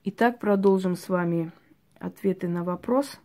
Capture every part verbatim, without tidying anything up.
Итак, продолжим с вами ответы на вопрос.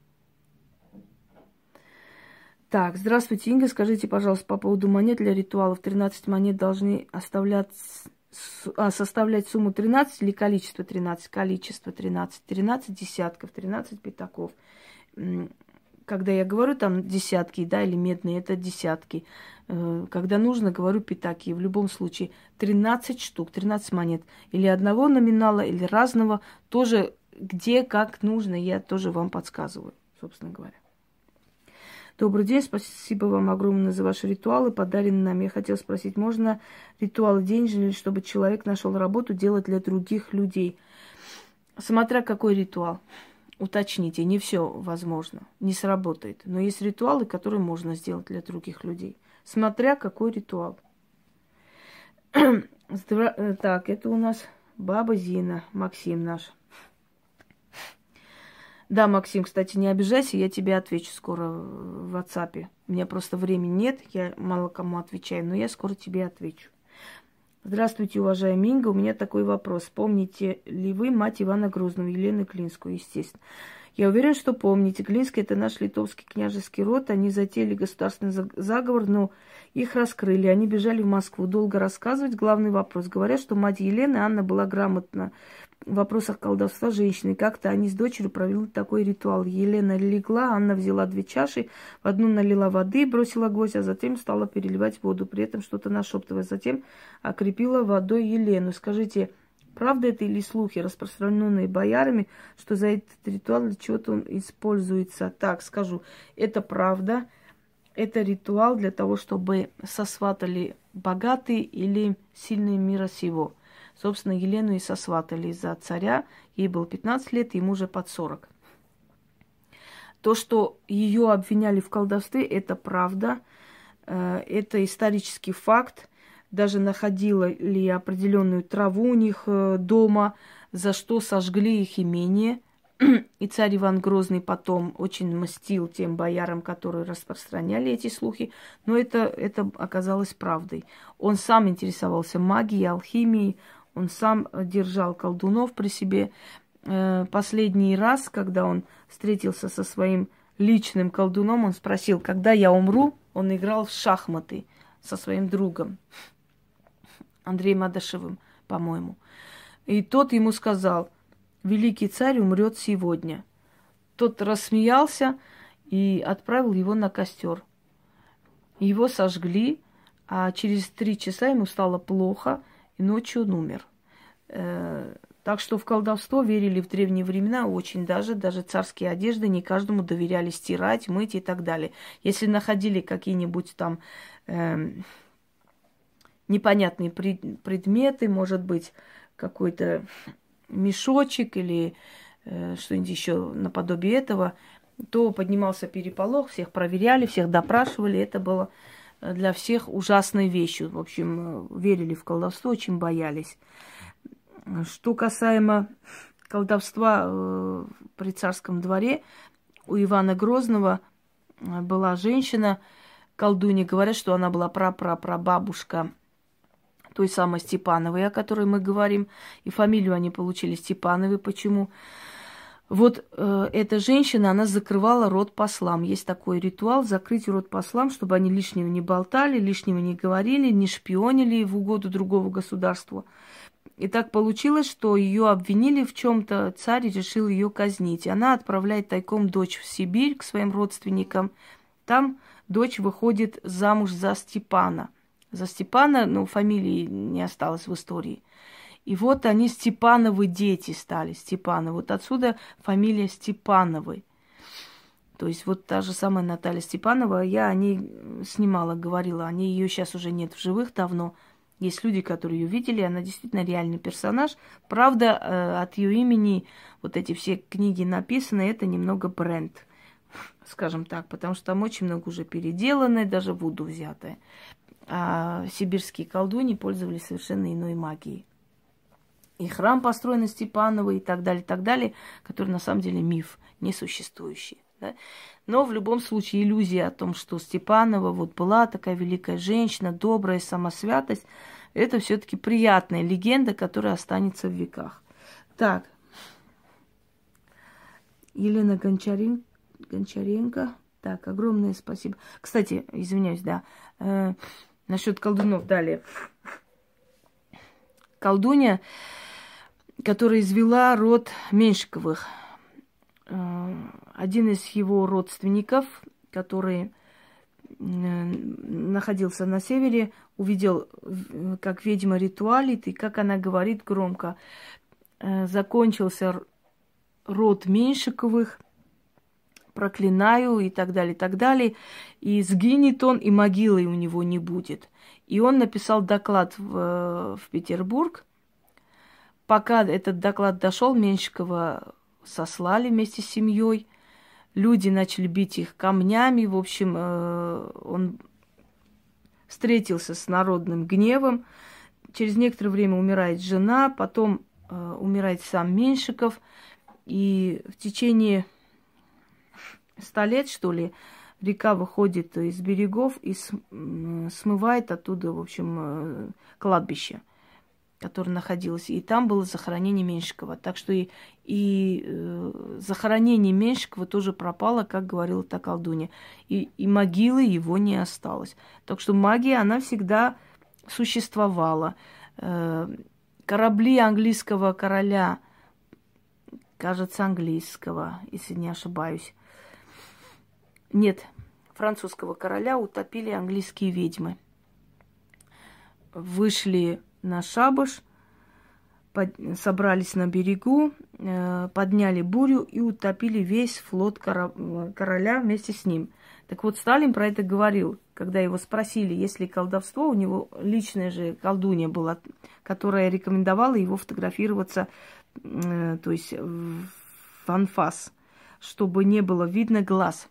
Так, здравствуйте, Инга. Скажите, пожалуйста, по поводу монет для ритуалов. тринадцать монет должны оставлять, а, составлять сумму тринадцать или количество тринадцать? Количество тринадцать. тринадцать десятков, тринадцать пятаков. Когда я говорю там десятки, да, или медные, это десятки. Когда нужно, говорю пятаки. В любом случае тринадцать штук, тринадцать монет. Или одного номинала, или разного. Тоже где, как нужно, я тоже вам подсказываю, собственно говоря. Добрый день, спасибо вам огромное за ваши ритуалы, подаренные нам. Я хотела спросить, можно ритуалы денежные, чтобы человек нашел работу делать для других людей? Смотря какой ритуал. Уточните, не все возможно, не сработает. Но есть ритуалы, которые можно сделать для других людей. Смотря какой ритуал. Здра... Так, это у нас баба Зина, Максим наш. Да, Максим, кстати, не обижайся, я тебе отвечу скоро в WhatsApp. У меня просто времени нет, я мало кому отвечаю, но я скоро тебе отвечу. Здравствуйте, уважаемый Инга, у меня такой вопрос. Помните ли вы мать Ивана Грозного, Елену Глинскую, естественно? Я уверен, что помните. Глинские – это наш литовский княжеский род. Они затеяли государственный заговор, но их раскрыли. Они бежали в Москву. Долго рассказывать. Главный вопрос. Говорят, что мать Елены, Анна, была грамотна в вопросах колдовства женщины. Как-то они с дочерью провели такой ритуал. Елена легла, Анна взяла две чаши, в одну налила воды, бросила гвоздь, а затем стала переливать воду, при этом что-то нашептывая. Затем окрепила водой Елену. Скажите, правда это или слухи, распространенные боярами, что за этот ритуал для чего-то он используется? Так, скажу, это правда. Это ритуал для того, чтобы сосватали богатые или сильные мира сего. Собственно, Елену и сосватали за царя. Ей было пятнадцать лет, ему уже под сорок. То, что ее обвиняли в колдовстве, это правда. Это исторический факт. Даже находили определенную траву у них дома, за что сожгли их имение. И царь Иван Грозный потом очень мстил тем боярам, которые распространяли эти слухи. Но это, это оказалось правдой. Он сам интересовался магией, алхимией. Он сам держал колдунов при себе. Последний раз, когда он встретился со своим личным колдуном, он спросил, когда я умру, он играл в шахматы со своим другом, Андреем Адашевым, по-моему. И тот ему сказал, великий царь умрет сегодня. Тот рассмеялся и отправил его на костер. Его сожгли, а через три часа ему стало плохо, и ночью он умер. Э, так что в колдовство верили в древние времена очень даже. Даже царские одежды не каждому доверяли стирать, мыть и так далее. Если находили какие-нибудь там э, непонятные пред, предметы, может быть, какой-то мешочек или э, что-нибудь еще наподобие этого, то поднимался переполох, всех проверяли, всех допрашивали. Это было для всех ужасной вещью. В общем, верили в колдовство, очень боялись. Что касаемо колдовства э, при царском дворе, у Ивана Грозного была женщина, колдунья, говорят, что она была пра-пра-прабабушка той самой Степановой, о которой мы говорим. И фамилию они получили Степановой. Почему? Вот э, эта женщина, она закрывала рот послам. Есть такой ритуал, закрыть рот послам, чтобы они лишнего не болтали, лишнего не говорили, не шпионили в угоду другого государства. И так получилось, что ее обвинили в чем-то, царь решил ее казнить. И она отправляет тайком дочь в Сибирь к своим родственникам. Там дочь выходит замуж за Степана. За Степана, ну, фамилии не осталось в истории. И вот они Степановы дети стали, Степановы. Вот отсюда фамилия Степановой. То есть вот та же самая Наталья Степанова, я о ней снимала, говорила, о ней, ее сейчас уже нет в живых давно. Есть люди, которые ее видели, она действительно реальный персонаж. Правда, от ее имени вот эти все книги написаны, это немного бренд, скажем так, потому что там очень много уже переделанное, даже Вуду взятое. А сибирские колдуньи пользовались совершенно иной магией. И храм построен Степановой и так далее, и так далее, который на самом деле миф, несуществующий. Да? Но в любом случае иллюзия о том, что Степанова вот была такая великая женщина, добрая, самосвятость, это все-таки приятная легенда, которая останется в веках. Так, Елена Гончарин... Гончаренко. Так, огромное спасибо. Кстати, извиняюсь, да. Э, насчет колдунов далее. Колдунья, которая извела род Меньшиковых. Э, один из его родственников, который э, находился на севере, увидел, как ведьма ритуалит, и как она говорит громко. Э, закончился род Меньшиковых, проклинаю и так далее, и так далее. И сгинет он, и могилы у него не будет. И он написал доклад в, в Петербург. Пока этот доклад дошел, Меньшикова сослали вместе с семьей. Люди начали бить их камнями. В общем, он встретился с народным гневом. Через некоторое время умирает жена, потом умирает сам Меньшиков. И в течение ста лет, что ли, река выходит из берегов и смывает оттуда, в общем, кладбище, которое находилось. И там было захоронение Меньшикова. Так что и, и э, захоронение Меньшикова тоже пропало, как говорила та колдунья. И, и могилы его не осталось. Так что магия, она всегда существовала. Э, корабли английского короля, кажется, английского, если не ошибаюсь. Нет, французского короля утопили английские ведьмы. Вышли на шабаш, под, собрались на берегу, э, подняли бурю и утопили весь флот кора, короля вместе с ним. Так вот, Сталин про это говорил, когда его спросили, есть ли колдовство, у него личная же колдунья была, которая рекомендовала его фотографироваться, э, то есть в анфас, чтобы не было видно глаз.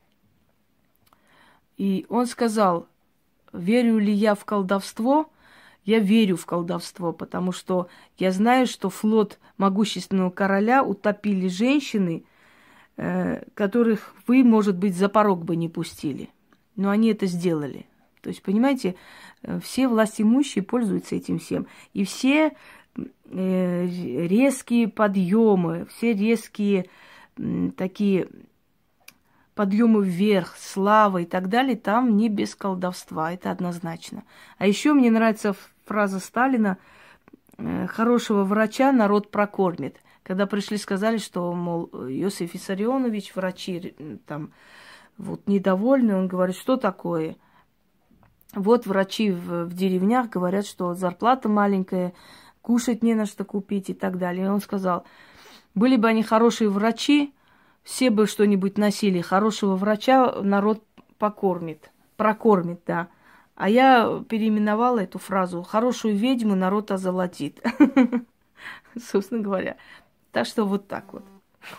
И он сказал, верю ли я в колдовство? Я верю в колдовство, потому что я знаю, что флот могущественного короля утопили женщины, э, которых вы, может быть, за порог бы не пустили. Но они это сделали. То есть, понимаете, все властимущие пользуются этим всем. И все э, резкие подъемы, все резкие э, такие... подъемы вверх, слава и так далее, там не без колдовства, это однозначно. А еще мне нравится фраза Сталина: «Хорошего врача народ прокормит». Когда пришли, сказали, что, мол, Иосиф Виссарионович, врачи там вот недовольны, он говорит, что такое? Вот врачи в, в деревнях говорят, что зарплата маленькая, кушать не на что купить и так далее. И он сказал, были бы они хорошие врачи, все бы что-нибудь носили, хорошего врача народ покормит, прокормит, да. А я переименовала эту фразу: хорошую ведьму народ озолотит. Собственно говоря. Так что вот так вот.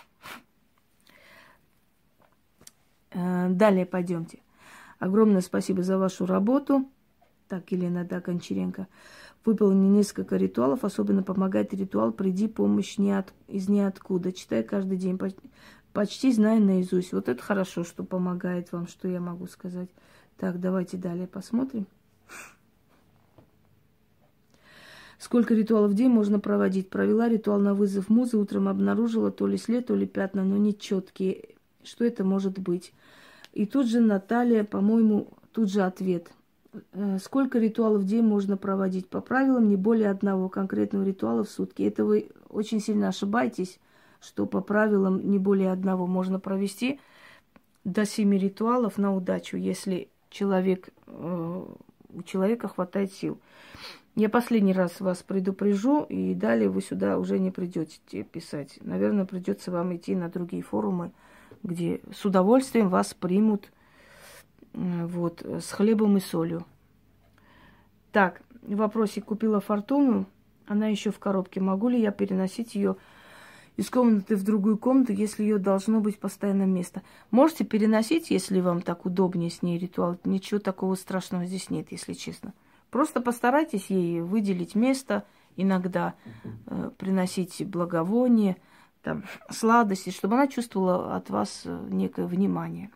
Далее пойдемте. Огромное спасибо за вашу работу. Так, Елена, да, Гончаренко. Выполни несколько ритуалов, особенно помогает ритуал «Приди, помощь не от... из ниоткуда». Читай каждый день. Почти знаю наизусть. Вот это хорошо, что помогает вам, что я могу сказать. Так, давайте далее посмотрим. Сколько ритуалов в день можно проводить? Провела ритуал на вызов музы, утром обнаружила то ли след, то ли пятна, но не четкие. Что это может быть? И тут же Наталья, по-моему, тут же ответ. Сколько ритуалов в день можно проводить? По правилам, не более одного конкретного ритуала в сутки. Это вы очень сильно ошибаетесь, что по правилам не более одного можно провести до семи ритуалов на удачу, если человек, у человека хватает сил. Я последний раз вас предупрежу, и далее вы сюда уже не придете писать. Наверное, придется вам идти на другие форумы, где с удовольствием вас примут вот, с хлебом и солью. Так, вопросик: купила фортуну, она еще в коробке. Могу ли я переносить ее из комнаты в другую комнату, если ее должно быть постоянное место? Можете переносить, если вам так удобнее с ней ритуал. Ничего такого страшного здесь нет, если честно. Просто постарайтесь ей выделить место, иногда э, приносить благовоние, там, сладости, чтобы она чувствовала от вас некое внимание.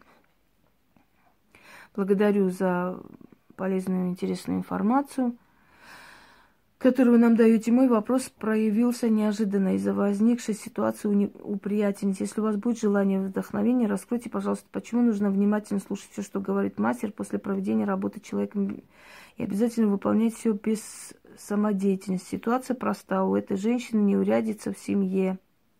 Благодарю за полезную и интересную информацию. который вы нам даете. Мой вопрос проявился неожиданно из-за возникшей ситуации у, не... у приятельницы. Если у вас будет желание и вдохновение, раскройте, пожалуйста, почему нужно внимательно слушать все, что говорит мастер после проведения работы человеком, и обязательно выполнять все без самодеятельности. Ситуация проста. У этой женщины неурядица в семье.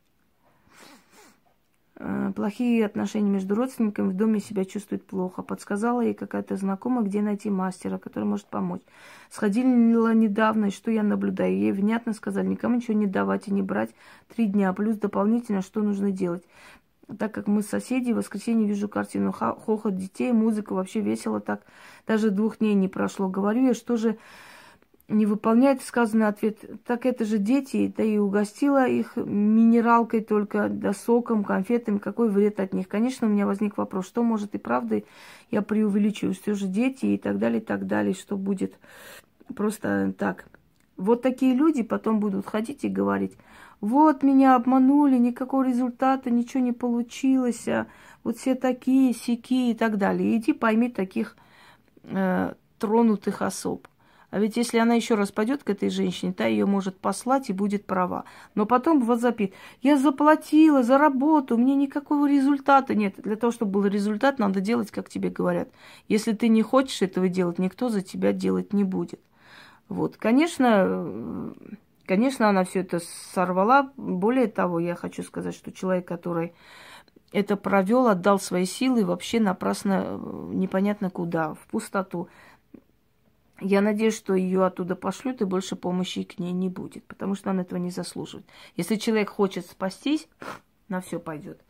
Плохие отношения между родственниками, в доме себя чувствует плохо. Подсказала ей какая-то знакомая, где найти мастера, который может помочь. Сходила недавно, и что я наблюдаю? Ей внятно сказали, никому ничего не давать и не брать три дня, плюс дополнительно, что нужно делать. Так как мы соседи, в воскресенье вижу картину, хохот детей, музыка, вообще весело так. Даже двух дней не прошло. Говорю я, что же не выполняет сказанный ответ. Так это же дети, да и угостила их минералкой только, да соком, конфетами. Какой вред от них? Конечно, у меня возник вопрос, что может и правда я преувеличиваю, что же дети и так далее, и так далее, что будет просто так. Вот такие люди потом будут ходить и говорить, вот меня обманули, никакого результата, ничего не получилось, а вот все такие, сякие и так далее. Иди пойми таких э, тронутых особ. А ведь если она еще раз пойдет к этой женщине, та ее может послать и будет права. Но потом возопит, я заплатила за работу, у меня никакого результата нет. Для того, чтобы был результат, надо делать, как тебе говорят. Если ты не хочешь этого делать, никто за тебя делать не будет. Вот, конечно, конечно, она все это сорвала. Более того, я хочу сказать, что человек, который это провел, отдал свои силы вообще напрасно, непонятно куда, в пустоту. Я надеюсь, что ее оттуда пошлют, и больше помощи к ней не будет, потому что она этого не заслуживает. Если человек хочет спастись, на все пойдет.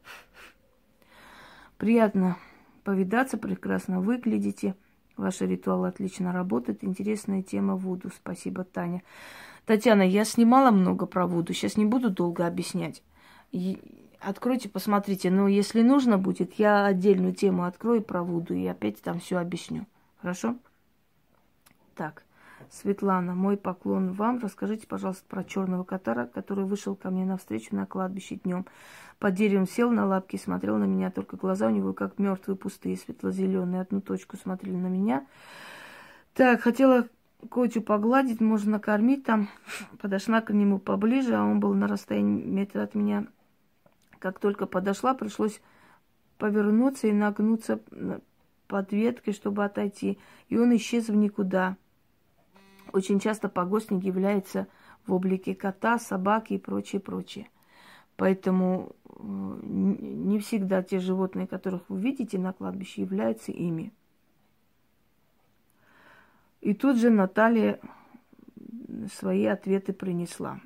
Приятно повидаться, прекрасно выглядите. Ваши ритуалы отлично работают. Интересная тема вуду. Спасибо, Таня. Татьяна, я снимала много про вуду. Сейчас не буду долго объяснять. И откройте, посмотрите. Но если нужно будет, я отдельную тему открою про вуду и опять там все объясню. Хорошо? Так, Светлана, мой поклон вам. Расскажите, пожалуйста, про черного кота, который вышел ко мне навстречу на кладбище днем. Под деревом сел на лапки и смотрел на меня, только глаза у него как мертвые, пустые, светло-зеленые. Одну точку смотрели на меня. Так, хотела котю погладить, можно накормить там. Подошла к нему поближе, а он был на расстоянии метра от меня. Как только подошла, пришлось повернуться и нагнуться под веткой, чтобы отойти. И он исчез в никуда. Очень часто погостник является в облике кота, собаки и прочее, прочее. Поэтому не всегда те животные, которых вы видите на кладбище, являются ими. И тут же Наталья свои ответы принесла.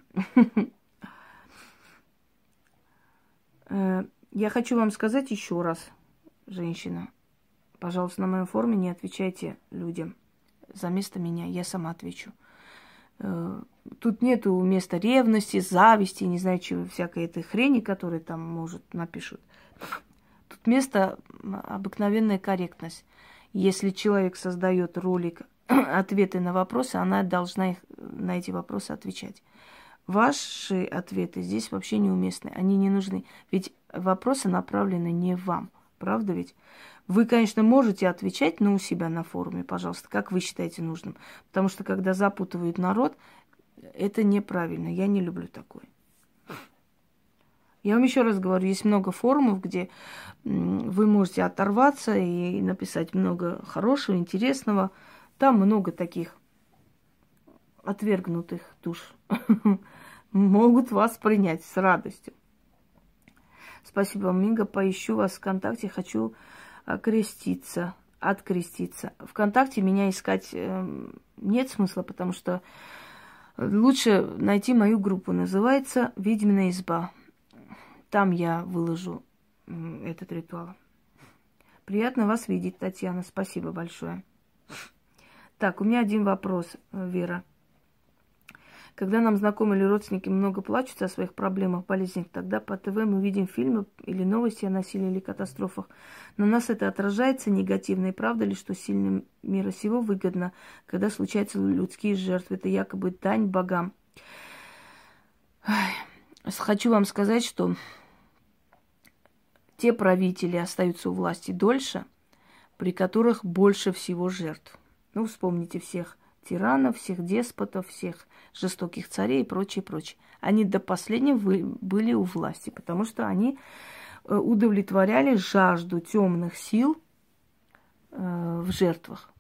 Я хочу вам сказать еще раз, женщина, пожалуйста, на моем форуме не отвечайте людям за место меня, я сама отвечу. Тут нету места ревности, зависти, не знаю, чего, всякой этой хрени, которую там, может, напишут. Тут место обыкновенная корректность. Если человек создает ролик, ответы на вопросы, она должна их, на эти вопросы отвечать. Ваши ответы здесь вообще неуместны, они не нужны. Ведь вопросы направлены не вам, правда ведь? Вы, конечно, можете отвечать, но у себя на форуме, пожалуйста, как вы считаете нужным. Потому что, когда запутывают народ, это неправильно. Я не люблю такое. Я вам еще раз говорю, есть много форумов, где вы можете оторваться и написать много хорошего, интересного. Там много таких отвергнутых душ. Могут вас принять с радостью. Спасибо вам, Минга. Поищу вас ВКонтакте. Хочу окреститься, откреститься. ВКонтакте меня искать э, нет смысла, потому что лучше найти мою группу. Называется «Ведьмина изба». Там я выложу э, этот ритуал. Приятно вас видеть, Татьяна. Спасибо большое. Так, у меня один вопрос, Вера. Когда нам знакомые или родственники много плачут о своих проблемах, болезнях, тогда по ТВ мы видим фильмы или новости о насилии или катастрофах. На нас это отражается негативно. И правда ли, что сильным мира сего выгодно, когда случаются людские жертвы? Это якобы дань богам. Хочу вам сказать, что те правители остаются у власти дольше, при которых больше всего жертв. Ну, вспомните всех тиранов, всех деспотов, всех жестоких царей и прочее, прочее. Они до последнего были у власти, потому что они удовлетворяли жажду темных сил э, в жертвах.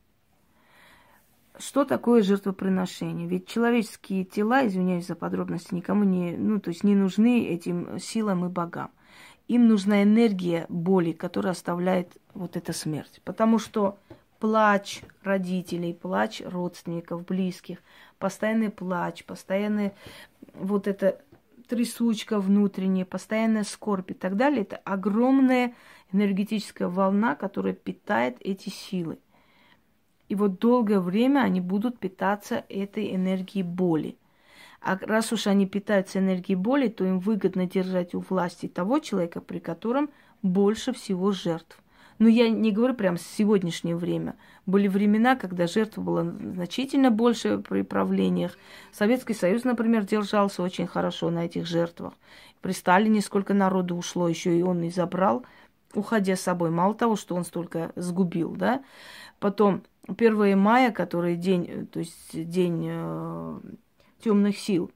Что такое жертвоприношение? Ведь человеческие тела, извиняюсь за подробности, никому не, ну, то есть не нужны этим силам и богам. Им нужна энергия боли, которая оставляет вот эта смерть. Потому что плач родителей, плач родственников, близких, постоянный плач, постоянная вот эта трясучка внутренняя, постоянная скорбь и так далее, это огромная энергетическая волна, которая питает эти силы. И вот долгое время они будут питаться этой энергией боли. А раз уж они питаются энергией боли, то им выгодно держать у власти того человека, при котором больше всего жертв. Но я не говорю прям с сегодняшнее время. Были времена, когда жертв было значительно больше при правлениях. Советский Союз, например, держался очень хорошо на этих жертвах. При Сталине сколько народу ушло, еще и он и забрал, уходя с собой. Мало того, что он столько сгубил, да. Потом первое мая, который день, то есть день э, темных сил,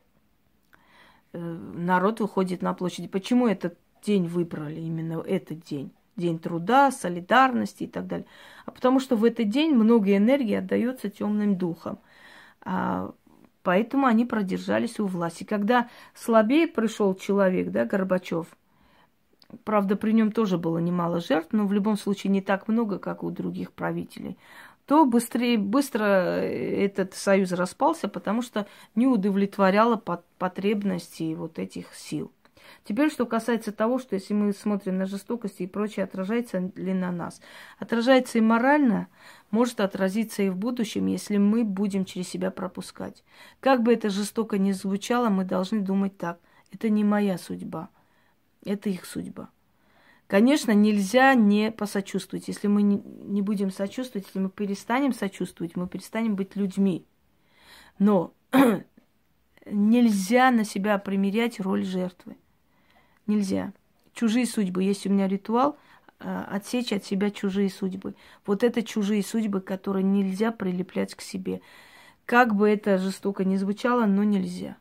э, народ выходит на площади. Почему этот день выбрали, именно этот день? День труда, солидарности и так далее. А потому что в этот день много энергии отдается темным духам. А, поэтому они продержались у власти. Когда слабее пришел человек, да, Горбачев, правда, при нем тоже было немало жертв, но в любом случае не так много, как у других правителей, то быстрее, быстро этот союз распался, потому что не удовлетворяло потребности вот этих сил. Теперь, что касается того, что если мы смотрим на жестокости и прочее, отражается ли на нас? Отражается и морально, может отразиться и в будущем, если мы будем через себя пропускать. Как бы это жестоко ни звучало, мы должны думать так. Это не моя судьба, это их судьба. Конечно, нельзя не посочувствовать. Если мы не будем сочувствовать, если мы перестанем сочувствовать, мы перестанем быть людьми. Но нельзя на себя примерять роль жертвы. Нельзя. Чужие судьбы. Есть у меня ритуал э, отсечь от себя чужие судьбы. Вот это чужие судьбы, которые нельзя прилеплять к себе. Как бы это жестоко ни звучало, но нельзя.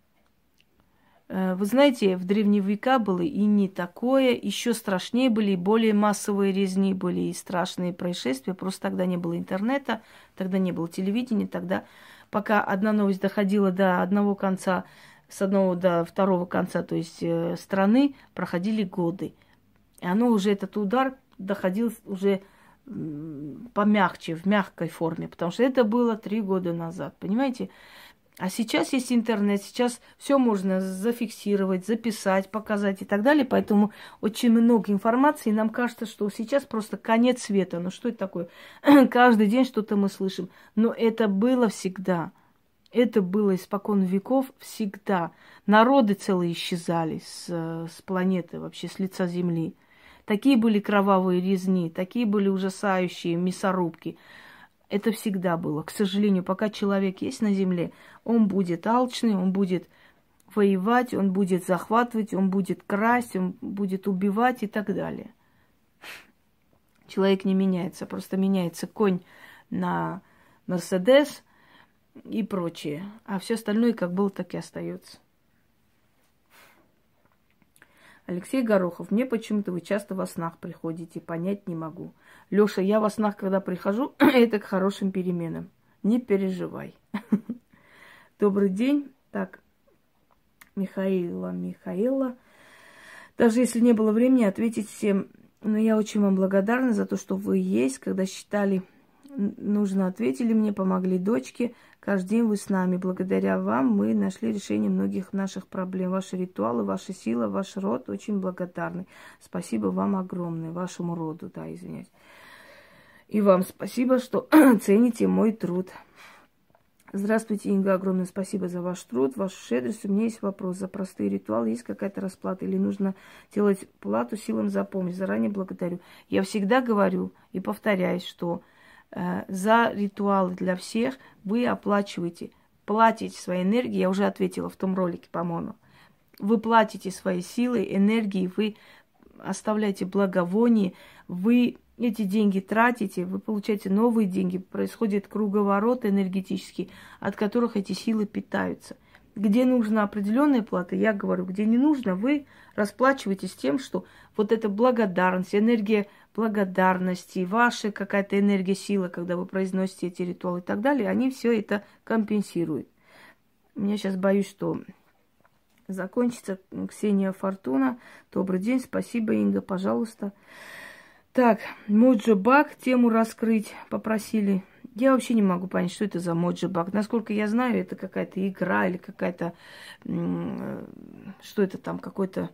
Э, вы знаете, в древние века было и не такое, еще страшнее были, и более массовые резни были, и страшные происшествия. Просто тогда не было интернета, тогда не было телевидения, тогда пока одна новость доходила до одного конца, с одного до второго конца, то есть э, страны, проходили годы. И оно уже, этот удар доходил уже э, помягче, в мягкой форме, потому что это было три года назад, понимаете? А сейчас есть интернет, сейчас все можно зафиксировать, записать, показать и так далее, поэтому очень много информации, и нам кажется, что сейчас просто конец света. Ну что это такое? Каждый день что-то мы слышим, но это было всегда. Это было испокон веков всегда. Народы целые исчезали с, с планеты, вообще с лица Земли. Такие были кровавые резни, такие были ужасающие мясорубки. Это всегда было. К сожалению, пока человек есть на Земле, он будет алчный, он будет воевать, он будет захватывать, он будет красть, он будет убивать и так далее. Человек не меняется, просто меняется конь на Мерседес и прочее. А все остальное как было, так и остается. Алексей Горохов, мне почему-то вы часто во снах приходите, понять не могу. Лёша, я во снах, когда прихожу, это к хорошим переменам. Не переживай. Добрый день. Так, Михаила, Михаила. Даже если не было времени ответить всем, но я очень вам благодарна за то, что вы есть, когда считали нужно, ответили мне, помогли дочке. Каждый день вы с нами. Благодаря вам мы нашли решение многих наших проблем. Ваши ритуалы, ваша сила, ваш род очень благодарны. Спасибо вам огромное, вашему роду, да, извиняюсь. И вам спасибо, что цените мой труд. Здравствуйте, Инга, огромное спасибо за ваш труд, вашу щедрость. У меня есть вопрос. За простые ритуалы есть какая-то расплата или нужно делать плату силам за помощь? Заранее благодарю. Я всегда говорю и повторяюсь, что за ритуалы для всех вы оплачиваете, платите своей энергией. Я уже ответила в том ролике, по-моему. Вы платите своей силой, энергией, вы оставляете благовоние, вы эти деньги тратите, вы получаете новые деньги, происходит круговорот энергетический, от которых эти силы питаются. Где нужна определенная плата, я говорю, где не нужно, вы расплачиваетесь тем, что вот эта благодарность, энергия благодарности, ваша какая-то энергия, сила, когда вы произносите эти ритуалы и так далее, они все это компенсируют. Я сейчас боюсь, что закончится. Ксения Фортуна. Добрый день, спасибо, Инга, пожалуйста. Так, Моджо-баг, тему раскрыть попросили. Я вообще не могу понять, что это за Моджо-баг. Насколько я знаю, это какая-то игра или какая-то... Что это там, какой-то...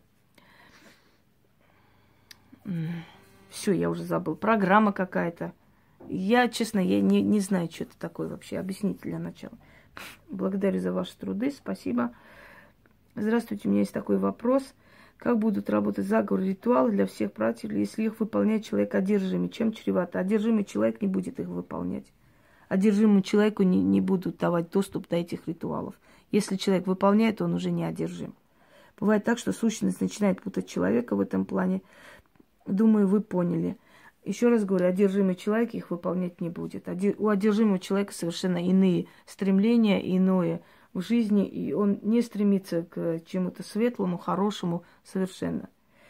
Все, я уже забыл. Программа какая-то. Я, честно, я не, не знаю, что это такое вообще. Объясните для начала. Благодарю за ваши труды, спасибо. Здравствуйте, у меня есть такой вопрос. Как будут работать заговоры, ритуалы для всех братьев, если их выполняет человек одержимый? Чем чревато? Одержимый человек не будет их выполнять. Одержимому человеку не, не будут давать доступ до этих ритуалов. Если человек выполняет, он уже не одержим. Бывает так, что сущность начинает путать человека в этом плане. Думаю, вы поняли. Еще раз говорю, одержимый человек их выполнять не будет. У одержимого человека совершенно иные стремления, иное в жизни, и он не стремится к чему-то светлому, хорошему совершенно.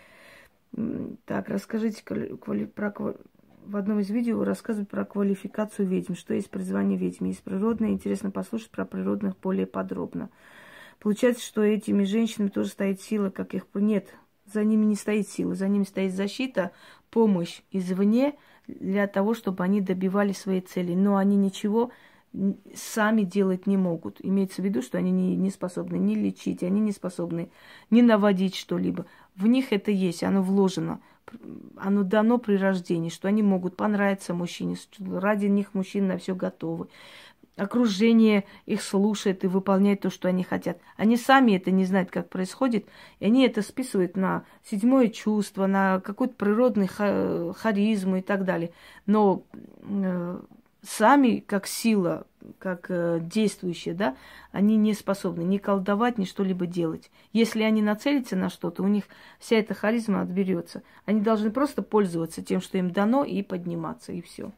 Так, расскажите про... В одном из видео вы рассказываете про квалификацию ведьм, что есть призвание ведьм. Есть природное, интересно послушать про природных более подробно. Получается, что этими женщинами тоже стоит сила, как их... Нет, за ними не стоит сила, за ними стоит защита, помощь извне для того, чтобы они добивали своей цели. Но они ничего сами делать не могут. Имеется в виду, что они не, не способны ни лечить, они не способны ни наводить что-либо. В них это есть, оно вложено, оно дано при рождении, что они могут понравиться мужчине, что ради них мужчины на все готовы. Окружение их слушает и выполняет то, что они хотят. Они сами это не знают, как происходит, и они это списывают на седьмое чувство, на какую-то природную харизму и так далее. Но э, сами, как сила, как э, действующие, да, они не способны ни колдовать, ни что-либо делать. Если они нацелятся на что-то, у них вся эта харизма отберется. Они должны просто пользоваться тем, что им дано, и подниматься, и все.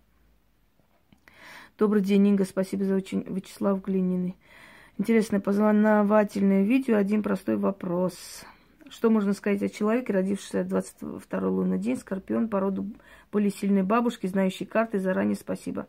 Добрый день, Инга, спасибо за очень... Вячеслав Глининый. Интересное познавательное видео. Один простой вопрос. Что можно сказать о человеке, родившемся двадцать второй лунный день, Скорпион, по роду более сильной бабушки, знающей карты, заранее спасибо.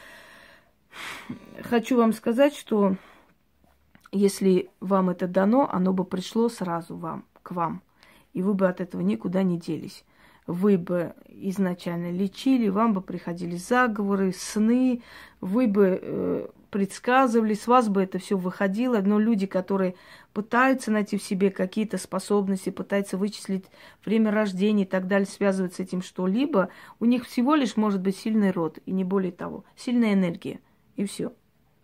Хочу вам сказать, что если вам это дано, оно бы пришло сразу вам, к вам, и вы бы от этого никуда не делись. Вы бы изначально лечили, вам бы приходили заговоры, сны, вы бы э, предсказывали, с вас бы это все выходило. Но люди, которые пытаются найти в себе какие-то способности, пытаются вычислить время рождения и так далее, связывать с этим что-либо, у них всего лишь может быть сильный род, и не более того, сильная энергия, и все.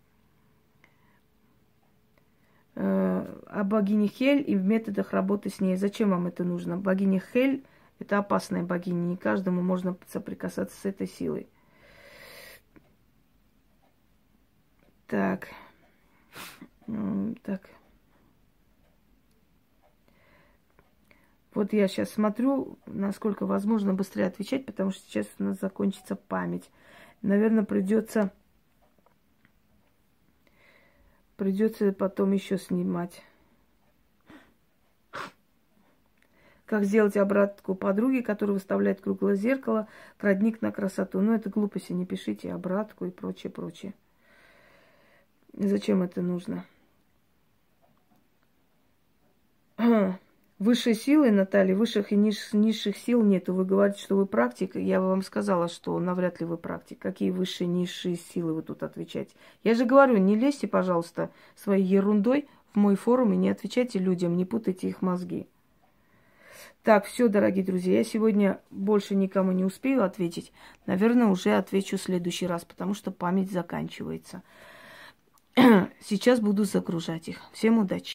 Э, о богине Хель и в методах работы с ней. Зачем вам это нужно? Богиня Хель — это опасная богиня, не каждому можно соприкасаться с этой силой. Так. Так. Вот я сейчас смотрю, насколько возможно быстрее отвечать, потому что сейчас у нас закончится память. Наверное, придется, придется потом еще снимать. Как сделать обратку подруги, которая выставляет круглое зеркало, родник на красоту. Ну, это глупости, не пишите обратку и прочее, прочее. Зачем это нужно? Высшей силы, Наталья, высших и ниж, низших сил нету. Вы говорите, что вы практик. Я вам сказала, что навряд ли вы практик. Какие высшие, низшие силы вы тут отвечаете? Я же говорю, не лезьте, пожалуйста, своей ерундой в мой форум и не отвечайте людям, не путайте их мозги. Так, все, дорогие друзья, я сегодня больше никому не успею ответить. Наверное, уже отвечу в следующий раз, потому что память заканчивается. Сейчас буду загружать их. Всем удачи!